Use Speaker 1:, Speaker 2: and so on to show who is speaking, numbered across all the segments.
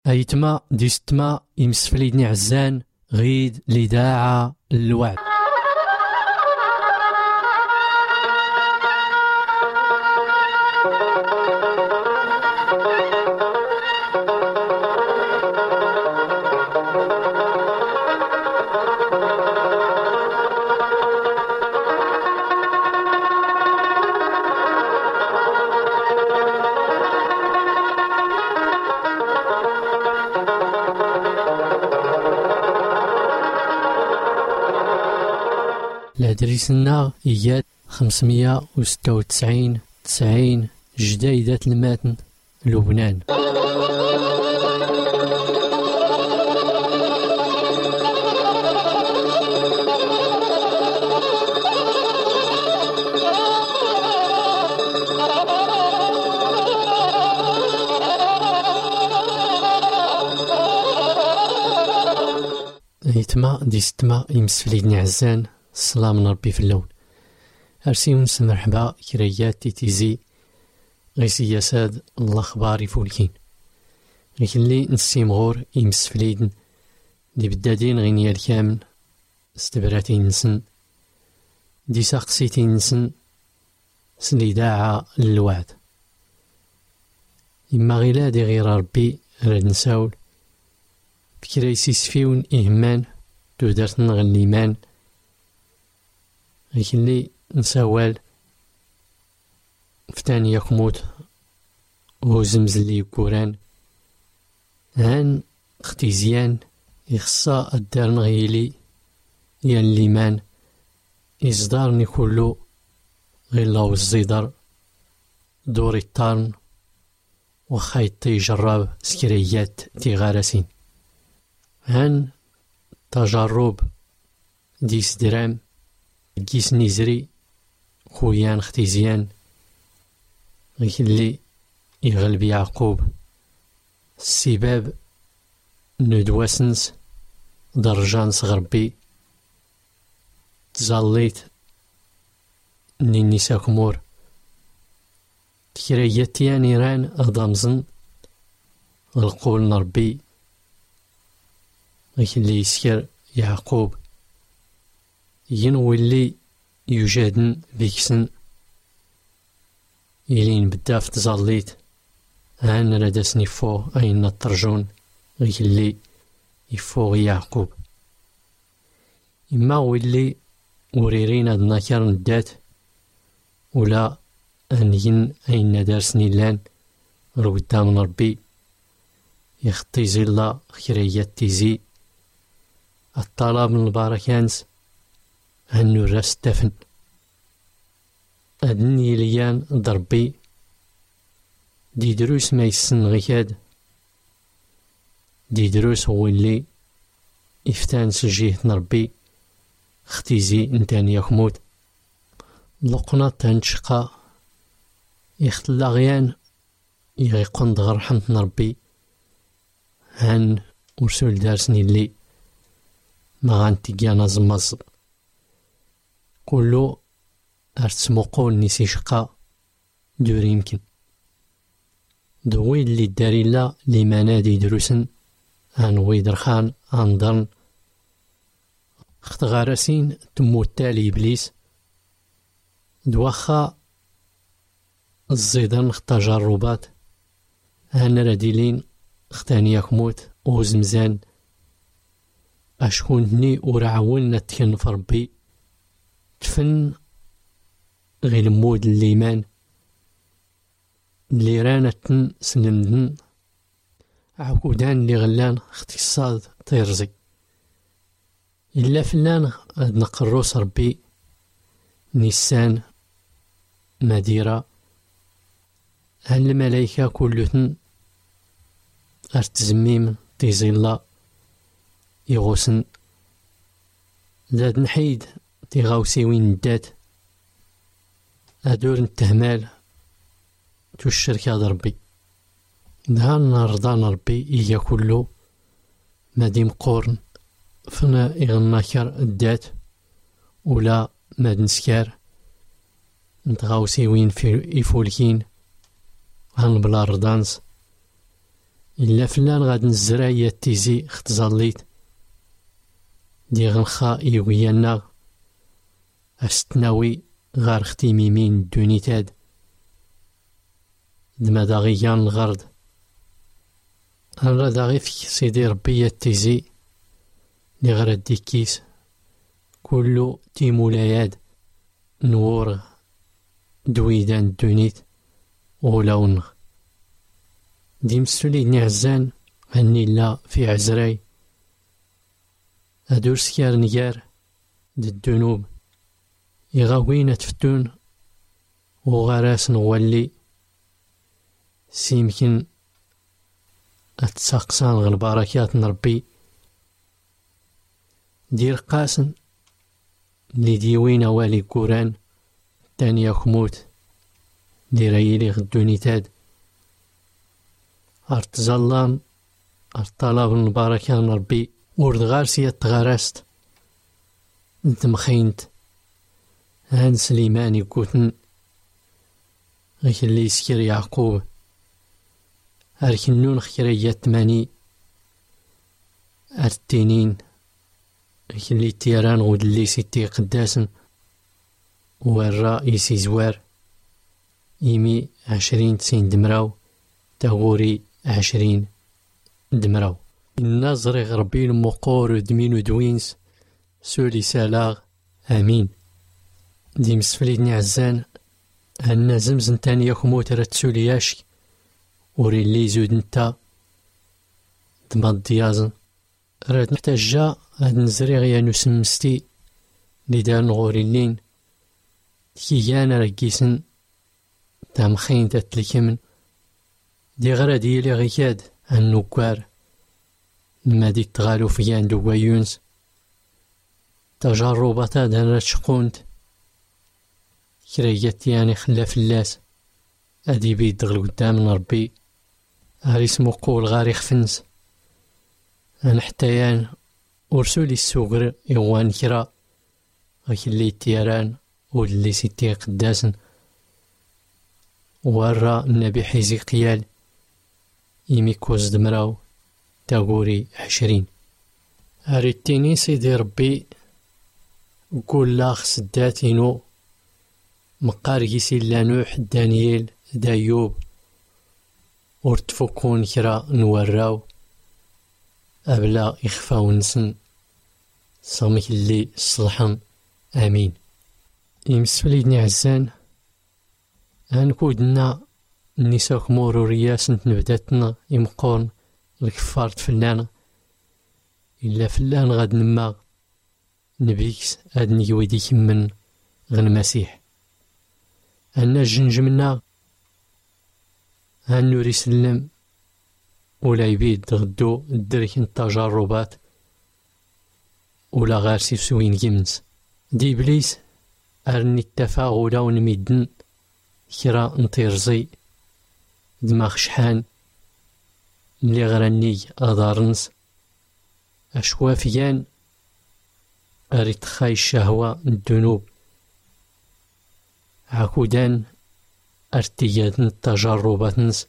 Speaker 1: أيتما ديستما يمسفليدني عزان غيد لداعة الوعد. العدريسنا إيات 596 جديدة الماتن لبنان. يتما ديستما يمسفليدني عزان السلام من ربي في اللون. أرسي ونس مرحبا كريات تيتيزي غيسي ياساد الله خباري فولكين لكن لي نسيم غور يمسفليدن دي بدادين غينيا الكامل استبراتين نسن دي ساقسيتين نسن سلي داعة للوعد. إما غيلا دي غير ربي راد نساول بكريسي سفيون إهمان تودرتن غاليمان لكن لي نساوال فتاني يخموت وهو زمزل لي كوران هان اختيزيان يخصى الدار نغيلي يان ليمان إصدارني كله غير الله الزيدر دوري الطارن وخايطي جراب سكريات تيغارسين هان تجرب ديس درام كيس نيزري خويان اختيزيان غيك اللي يغلب يعقوب السباب ندواسنس درجان صغربي تزاليت نيني ساكمور تكريات يانيران أضامزن القول نربي غيك اللي يسكر يعقوب ينوي اللي يجادن بيكسن إلين بداف تزاليت هان ردسني فو أين الترجون غيك اللي يفوغ يعقوب. إما واللي وريرين هاد ناكر ندات ولا أنين أين دارسني لان رقدام ربي يخطي زلا خيريات تيزي الطلب من البركانس هنو راس تفن أدني ليان ضربي دي دروس ما يسن غيكاد دي دروس هو اللي إفتان سجيه نربي اختيزي انتاني يخمود لقنا تنشقا يختلا غيان يغيقون دغر رحمة نربي هان ورسول دارسني اللي ما غانتيقيانا زمز كلو أرتسموقول نيسي شقا دور يمكن دوي اللي داري لا لي منادي دروسن هان ويدرخان أنضرن اختغارسين تموت تالي إبليس دوخا الزيدان تجربات هان راديلين اختاني يخموت وزمزان أشكونتني ورعاولنا تكن في ربي تفن غير مود الليمان اللي رانتن سنندن عقودان اللي غلان اختصاد طيرزي إلا فلان نقروس ربي نيسان مديرة هل الملايكة كلهن ارتزميم تيزيلا يغوسن زاد نحيد تيغاوسي وين دات أدور التهمال تو الشركة ربي نهار نرضان ربي إيا كله مادي مقورن فنا إغناكر الدات ولا ماد نسكار نتغاوسي وين في إفولكين هان بلا رضانس إلا فلان غاد نزرع يتيزي ختزاليت دي غنخا يويانا أستناوي غار ختي ميمين دونيتاد دما داغيان الغرد أنا داغي فيك سيدي ربي يتيزي لي غرا ديكيس كلو تيمولاياد نور دويدان دونيت ولاون ديم السولي نعزان هني لا في عزراي أدور سكار نيار د الدنوب يغاوين تفتون وغراس نولي سيمكن أتساقسان غالبركات نربي دير قاسن لي ديوين والي كوران تانيا خموت دير ايلي غدوني تاد ارتزالام ارطلاب البركة نربي ورد غارسية تغارست نتمخينت هان سليمان يكوتن غيك اللي يسكر يعقوب أركنون خيريات ماني أرتينين غيك اللي تيران غود اللي سيتي قداسن والرئيس زوار يمي 20 تسين دمراو تغوري 20 دمراو النظر غربي المقور دمين ودوينس سولي سالاغ امين دي مسفليدني عزان هنا زمزن تاني يخموت رات سولياشك وري اللي زود نتا دماد ديازن رات محتاجة هاد نزري غيا نسمستي لي دار نغوري اللين تكيانا رقيسن تامخين تتلكمن دي غرا ديالي غيكاد النكار نما دي تغالو فيان دوغايونس تجربتا دانا تشقونت كريات يعني خلا فلاس ادي بيدغل قدام ربي هاري اسمو قول غاري خفنس انا حتى ورسولي السوغر يوان كرا غيك اللي تيران واللي سيتي قداسن ورا النبي حيزقيال يميكوز دمراو تاغوري 20 هاريتيني سيدي ربي قول لاخ سداتينو مقارقيسي لانوح دانييل دايوب ورتفوكون كرا نوراو أبلا إخفاو نسن صامك اللي صلحن آمين يمسفليدني عزان هنكودنا النساء خمور ورياس نتنبداتنا يمقون الكفار فلان إلا فلان غاد نما نبيكس هاد نيويديك من غن مسيح أنا جنجمنا هنوري سلم ولا يبيد غدو الدرك التجربات ولا غير سيفسوين جيمنز دي بليس أرني التفاغل ونميدن كرا نطيرزي دماغ شحان اللي غراني أدارنس أشوافيان أريد خاي الشهوة الذنوب عكودان ارتيادن التجربات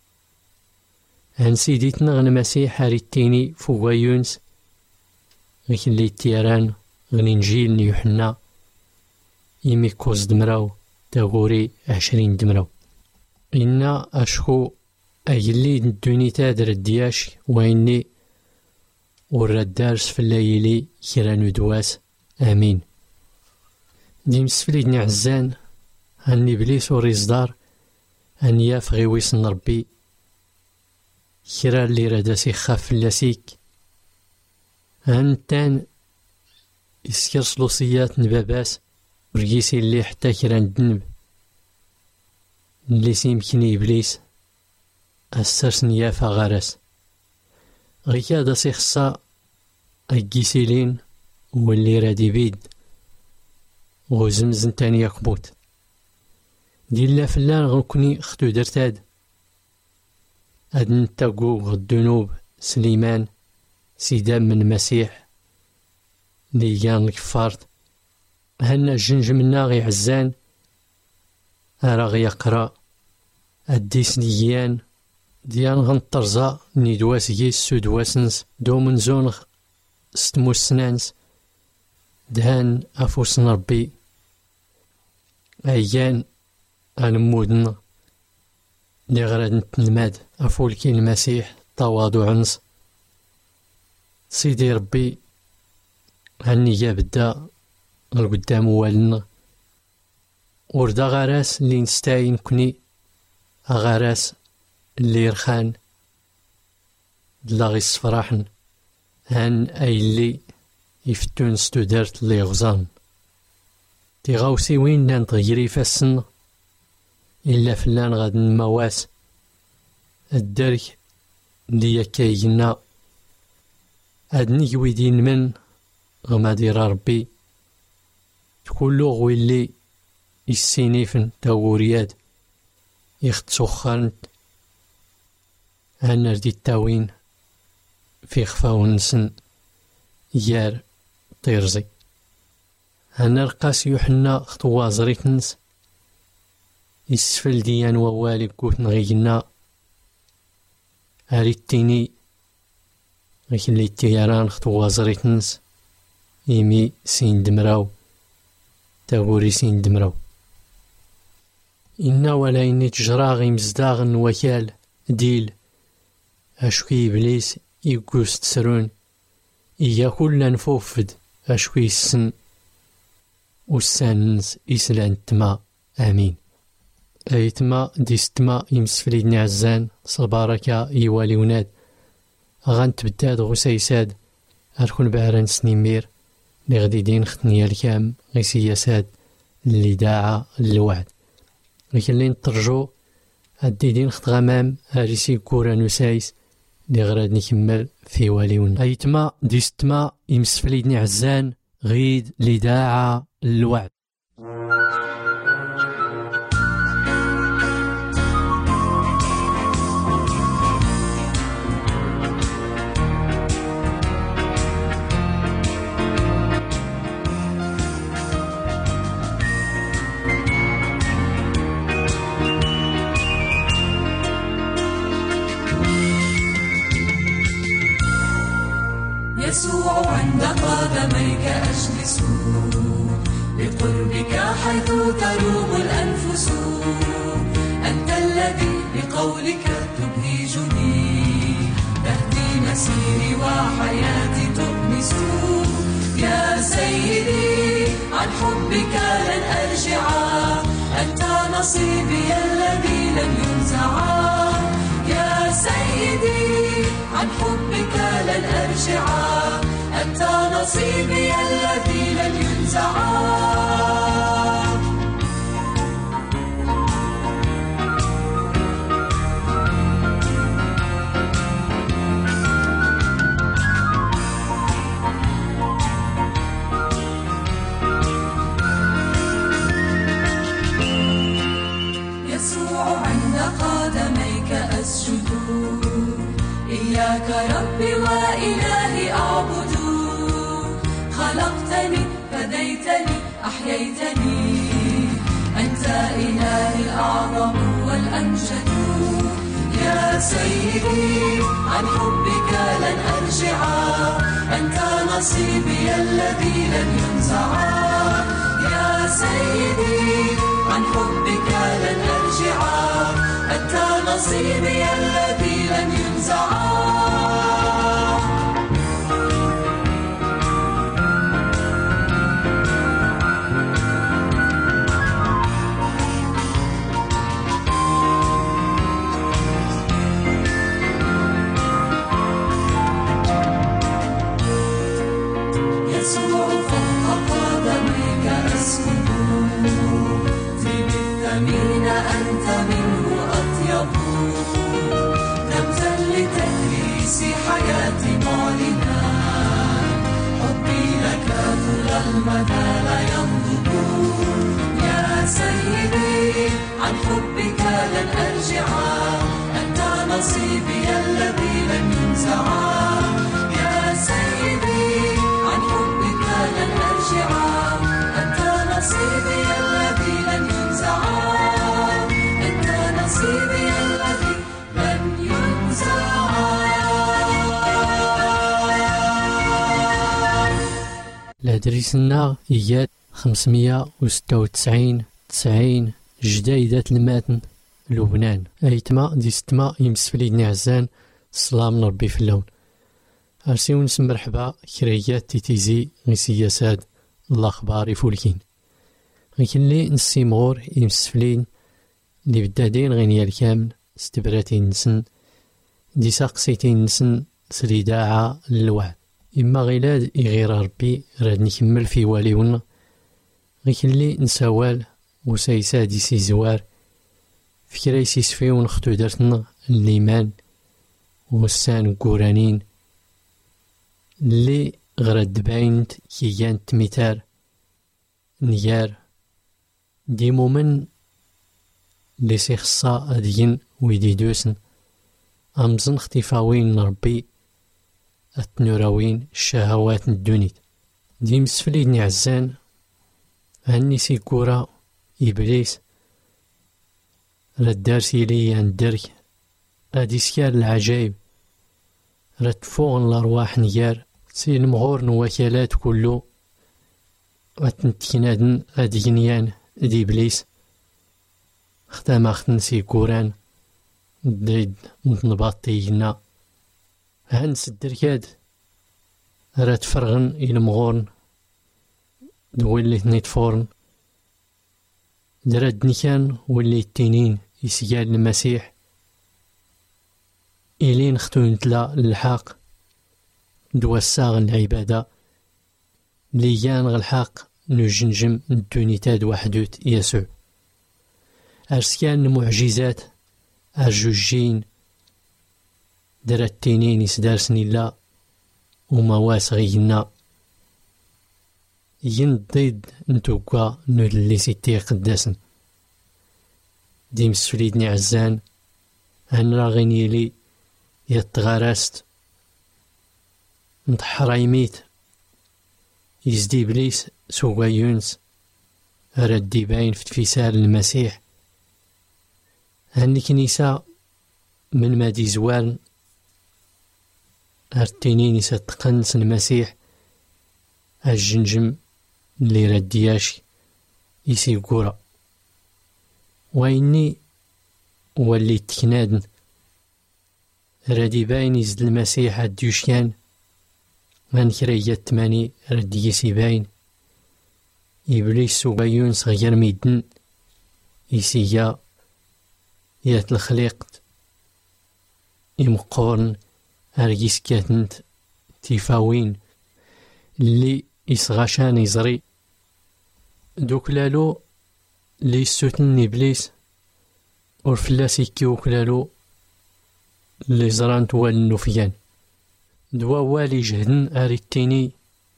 Speaker 1: هن سيديتنا غن مسيح هاريتيني فوغايونس غيك اللي تيران غن انجيل نيوحنا يميكوز دمراو تاغوري 20 دمراو إنا أشكو أجلي ندوني تادر الدياش وإني والردارس في الليلي كيرانو دواس آمين دي مسفليدني عزان هني بليس وريزدار هني يافغي ويسن ربي كرا اللي راداسي خاف لاسيك هانتان يسكر سلوسيات نباباس ورقيسي اللي حتى كرا ندنب اللي سيمكني إبليس أسرس نيافا غارس غيكا داسي خصا أكيسيلين واللي رادي بيد وزمزن تاني يقبوت ديلا فلان غنكوني اختو درتاد هاد نتاقو غدنوب سليمان سيدام من مسيح ليان الكفارت هنا جنجمنا غي عزان أرا غي يقرا الديسنيان ديان غنطرزا ندواس جيس سودواسنس دومن زونغ ستموس سنانس دهان أفوسن ربي أيان أنمودن لغراد نتنماد أفولكي المسيح تواضع عنس سيدي ربي هني جابدا القدام والنا وردا غراس اللي نستعين كني غراس اللي يرخان دلاغي الصفراحن هان أي اللي يفتون ستودرت اللي غزان تيغاوسي وين نان تغيري فاسن إلا فلان غاد المواس الدرك اللي يكاينا هاد نيويدين من غما دير ربي تكولو غويلي يسينيفن تاورياد يختسوخرنت هانا ردي التاوين في خفاون نسن يار طيرزي هانا رقاس يوحنا خطوا زريتنس يسفل ديان ووالي قوت نغينا هاريتيني غيك اللي التياران خطوا زريتنس يمي سين دمراو تاوري سين دمراو إنا ولا إني تجراغي مزداغن وكال ديل أشكي إبليس يقوس تسرون إيا كل نفوفد أشكي السن والسانس إسلان تما آمين أيتما ديستما يمسفليدني عزان صباركا يوالي وناد غانت بداد غسيساد أركون بعران سنيمير لغديدين ختنيا الكام غيسياساد اللي داعا الوعد لكن اللي نترجو هديدين خط غمام هاريسي كورا نسايس اللي غراد نكمل في واليون أيتما ديستما يمسفليدني عزان غيد اللي داعا الوعد
Speaker 2: يسوع عند قدميك أجلس بقربك حيث تروم الأنفس أنت الذي بقولك تبهجني تهدي مسيري وحياتي تؤنس يا سيدي عن حبك لن أرجع أنت نصيبي الذي لن ينزع يا سيدي عن حبك لن أرجع أنت نصيبي الذي لن ينزع يسوع عند قدميك أسجد إياك ربي وإلهي أعبد خلقتني فديتني أحييتني أنت إلهي الأعظم والأمجد يا سيدي عن حبك لن أرجع أنت نصيبي الذي لن ينزع يا سيدي عن حبك لن أرجع أنت نصيبي الذي لن ينزع يسوع فوق قدميك أسكن في بالثمين أنت منه أطيب رمزا لتكريس حياتي معلنا حبي لك طول المدى لا ينضب يا سيدي عن حبك لن أرجع أنت نصيبي الذي لن ينزع يا سيدي عن حبك لن أرجع أنت نصيبي الذي لن ينزع أنت نصيبي الذي لن ينزع
Speaker 1: أدريسنا إيات 596 90 جديدة الماتن لبنان. أيتما دي ستما يمسفليدني عزان السلام من ربي في اللون. أرسيو نسم مرحبا كريات تيتيزي غيسياسات الأخبار يفولكين غيكلي نسيمغور يمسفلين اللي بدادين غينيا الكامل استبراتين نسن دي ساقسيتين نسن سريداعة للوعد إما غيلاد يغير ربي راد نكمل في واليون غيكلي نسوال وسايسا دي سي زوار فكرا يسيسفي ونختو درتنا الليمان والسان قورانين اللي غرد باينت كيان تميتار نيار دي مومن اللي سيخصا أدين ويدي دوسن أمزن اختفاوين ربي التنوراوين الشهوات الدونيت دي مسفليدني عزان هني سيكورا إبليس رد دارسي لي عندرك أدي سكار العجايب رد فوغن الأرواح نيار سي المغور نوكالات كله أتنتكنادن أدينيان دي إبليس ختام أختن سيكوران دريد نتنباطينا هنس الدركاد رات فرغن إلى مغورن دولي نيتفورن دراد نيكان ولي التنين يسيال المسيح إلين ختون تلا الحق دوا الساغن العبادة ليان غالحق نجنجم الدونيتاد وحدوت يسوع أرسكان المعجزات أرجوجين درات تنين يسدارسني لا وما واسغينا ينضيد نتوقع نولي سيتي قداسن ديم سفليدني عزان هن راغيني لي يتغارست نضحر يميت يزدي بليس سوغا يونس ردي باين في تفسار المسيح هني كنيسة من مادي زوال هرتينين يستقنس المسيح الجنجم اللي ردياش يسي قورا وإني ولي تكنادن ردي باين يزد المسيح الديوشيان من كريات تماني ردي يسي باين إبليس سوغيون صغير ميدن يسيا يات الخليقت يمقورن أرجيس كاتنت تيفاوين اللي يصغاشان يزري دوك لالو اللي يسوتن إبليس ورفلاس يكيوك لالو اللي زران توال النوفيان دوا والي جهدن أريتيني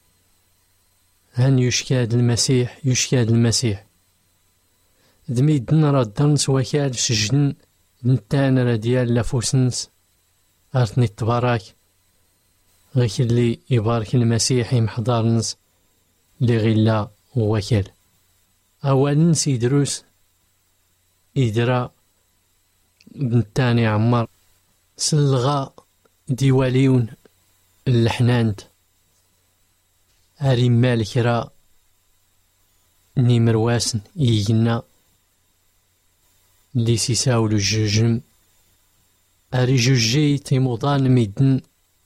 Speaker 1: هن يشكاد المسيح دميدن ردن سواكال سجن نتان رديال لافوسنس أرتني التباراك غيك اللي يبارك المسيح يمحضرنس اللي غيلا ووكال أولا سيدروس إدرا بنتاني عمر سلغا ديواليون اللحنانت أري مالك را نيمرواسن يجنا اللي سيساولو الجوجم أري جوجي تيموضان ميدن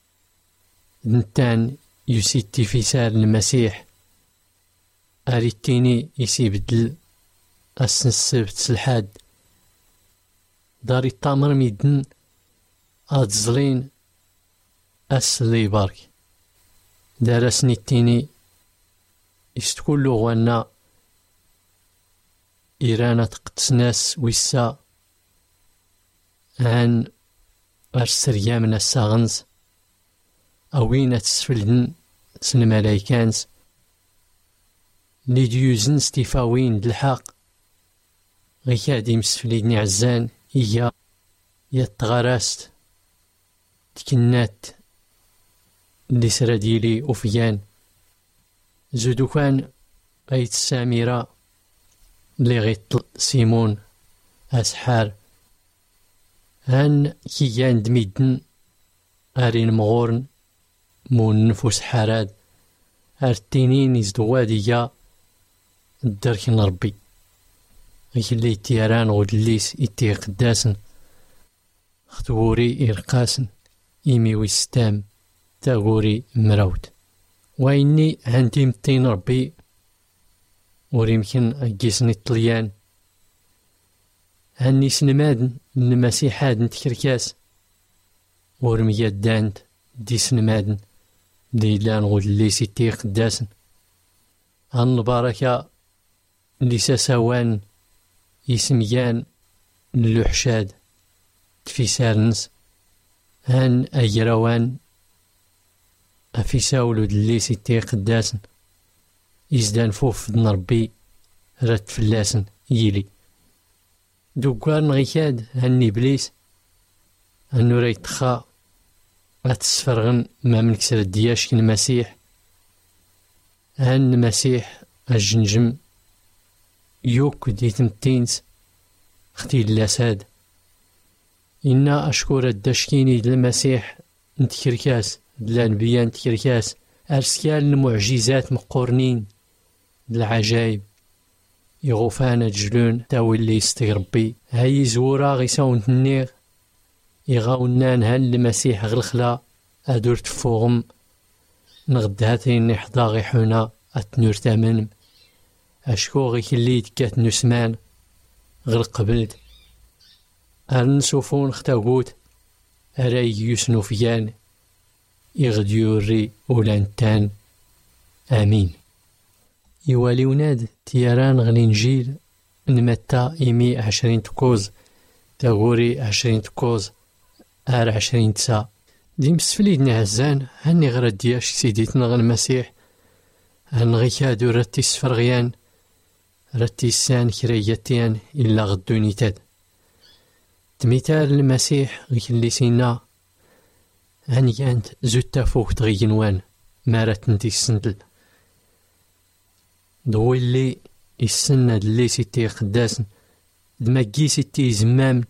Speaker 1: نتان يسيتي في سار المسيح أري التيني يسيبدل أسن السبت سلحاد داري التامر ميدن أتزلين أسلي بارك دارسني التيني يستكلو غوانا إيرانا تقتسناس ويسا هان أرسريا من الساغنز أوين تسفلدن سن ملايكانس ليديوزن ستيفاوين دالحق غيكادي مسفليدني عزان إيا يتغراست تكنات اللي سراديلي أوفيان زودو كان أيت السامرة اللي غيطل سيمون أسحار هان كيان دميدن أرين مغورن مون نفوس حاراد التنين يزدوادية الدرك نربي غيلي تيران غدليس إتي قداسن خطوري إرقاسن إيمي ويستام تاغوري مراود وإني عندي متين ربي وريمكن أجيسني الطليان هاني سنمادن المسيحاد نتكركاس ورمياد داند دي سنمادن دي لان غدلي سيتي قداسن هان البركة اللي ساساوان يسميان اللوحشاد تفيسارنس هان أجروان أفيساولو دلي سيتي قداسن يزدان فوف نربي رات فلاسن يلي دوكوار نغيكاد هاني بليس هانو ريتخا غتسفرغن ما من كسر الدياش كن المسيح هان المسيح الجنجم يوك ديت متينس اختي اللاساد إنا أشكر الدشكيني للمسيح نتكركاس دلانبيان نتكركاس أرسكال المعجزات مقورنين بالعجايب يغوفانا جلون تاوي اللي يستغربي هاي زورا غيساون تنيغ يغاونان هال المسيح غلخلا أدور تفوغم نغدهاتين نحضا غيحونا أتنور تامنم أشكو غيكلي تكات نسمان غلقبلد أرنسوفون اختاقوت أراي يسنو فيان يغديوري ولانتان آمين. يوالي وناد تياران غلينجيل نمتا إيمي 20 تكوز تاغوري 20 تكوز 20 تسا دي مسفليد نعزان هاني غرا دياش سيديتنا غا المسيح هنغي كادو راتي سفرغيان راتي السان كرياتيان إلا غدوني تاد تميتال المسيح غيكلي سينا هانيانت زوتا فوق تغينوان مارات نتي السندل ضوي اللي السنة اللي سيتي قداسن دماكي سيتي زمام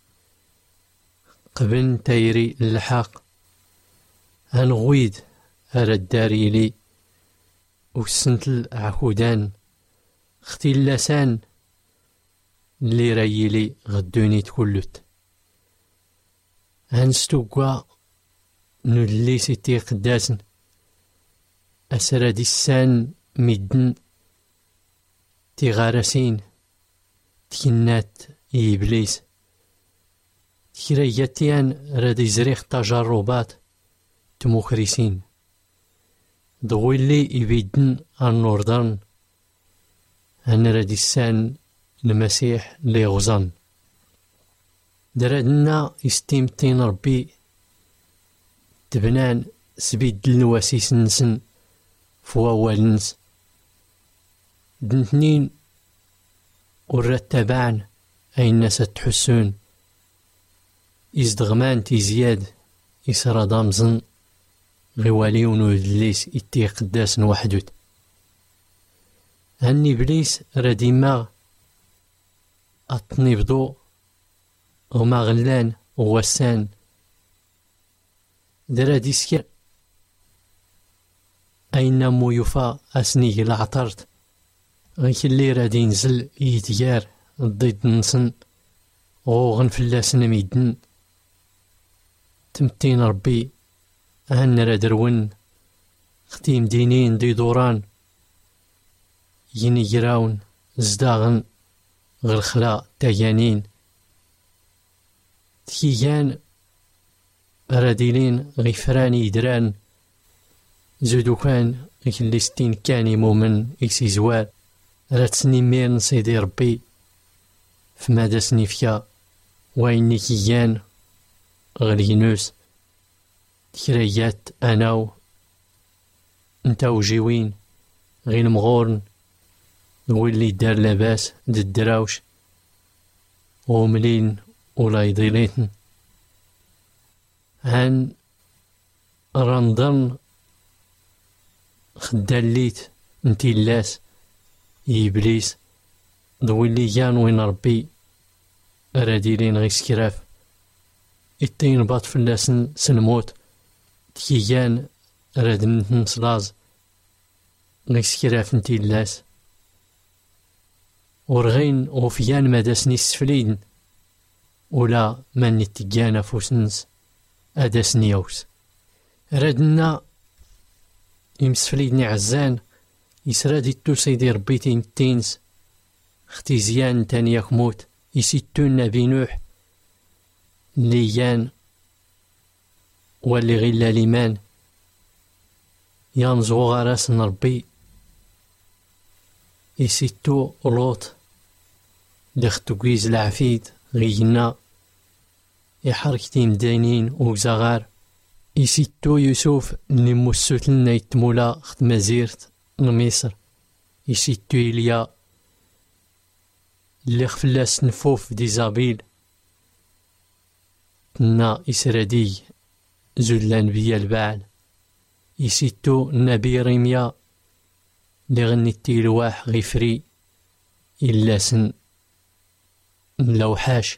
Speaker 1: قبل تايري اللحاق هنغويد هرا الداري لي وسنتل عكودان اختي اللسان اللي رايلي غدوني تكلت هنستوقوا نولي سيتي قداسن أسرى دي السان مدن تيغارسين تكنات إبليس تكرياتيان رادي زريخ تجربات تمخرسين ضوي اللي يبيدن النوردان هن رادي السان المسيح اللي غزان درادنا يستيمتين ربي تبنان سبيد النواسيس نسن فواوال نس دنتنين ورتبان أي الناس تحسون إزدغمان تيزياد إسرى دامزن غواليون ودليس إتي قداس وحدود هني بليس رديما أطنبضو غما غلان ووسان درا ديسكا أين مو يفا أسنيه العطرت غيك اللي رادي ينزل يتيار ضد نصن غوغن فلاسن ميدن تمتين ربي هن رادرون ختيم دينين دي دوران يني يراون زداغن غرخلا تايانين تكيان راديلين غيفراني دران زودو كان اللي ستين كاني مومن إكسي زوار راتسني مير سيدي ربي فمادا سنيفيا ويني كيان غلينوس تكريات أناو نتاو جيوين غين مغورن واللي دار لاباس دراوش وملين ولا يضيليتن هان رندن خداليت انتي اللاس إبليس ضويلي جان وين ربي راديلين غي سكراف التين باط فلاسن سنموت تكيان راد نصلاز غيسكراف نتي اللاس ورغين وفيان مداسني السفلين ولا من نتجانا فوسنس أداسني يوس رادنا يمسفليدني عزان يسرادي التو سيدي ربيتين التينس اختي زيان تاني يخموت يسيتون نبي نوح ليان واللي غيلا ليمان ينزغو غراس نربي يسيتو لوط دختو كويز العفيد غينا يحركتين دانين وزغار يسيتو يوسف اللي موسوت لنا يتمولا خت مزيرت مصر يسيتو إليا اللي خفلاس نفوف ديزابيل تنا إسرادي زلان بيا البعل يسيتو نبي ريميا اللي غنيتي الواح غيفري إلا سن ملوحاش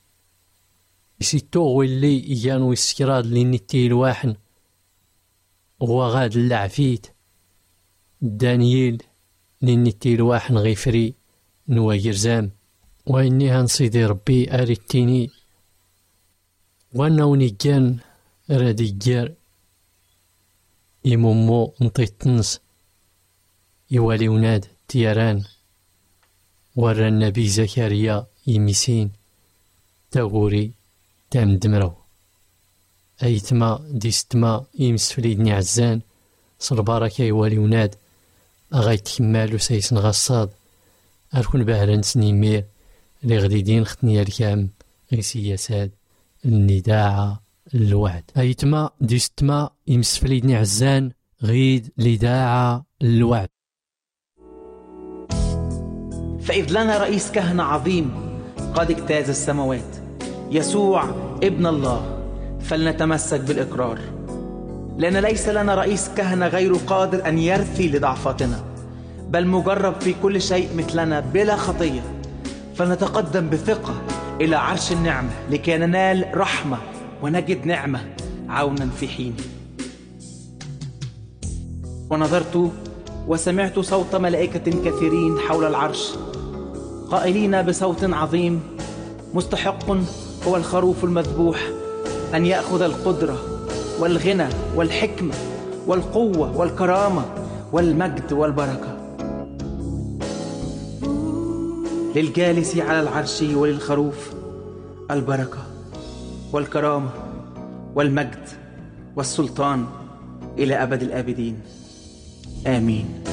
Speaker 1: يسيتو غولي إيانو السكراد اللي نتي الواحن وغاد اللعفيت دانييل اللي نتي الواحن غيفري نواير زام وإني هنصيدي ربي أريتيني وانا ونيجان راديجار يمومو نطيتنس يوالي وناد تيران ورا النبي زكريا يميسين تاغوري تام دمرو أيتما ديستما يمسفليدني عزان صربارك يوالي وناد أغايت كمالو سيسن غصاد أركون بهران سنيمير اللي غديدين ختني الكام غيسي يساد النداعة الوعد أيتما ديستما يمسفليدني عزان غيد لداعة الوعد.
Speaker 3: فإذ لنا رئيس كهنة عظيم قد اجتاز السماوات يسوع ابن الله فلنتمسك بالإقرار لأن ليس لنا رئيس كهنة غير قادر أن يرثي لضعفاتنا بل مجرب في كل شيء مثلنا بلا خطية فنتقدم بثقة إلى عرش النعمة لكي ننال رحمة ونجد نعمة عونا في حين. ونظرت وسمعت صوت ملائكة كثيرين حول العرش قائلين بصوت عظيم مستحق هو الخروف المذبوح أن يأخذ القدرة والغنى والحكمة والقوة والكرامة والمجد والبركة للجالس على العرش وللخروف البركة والكرامة والمجد والسلطان إلى أبد الآبدين آمين.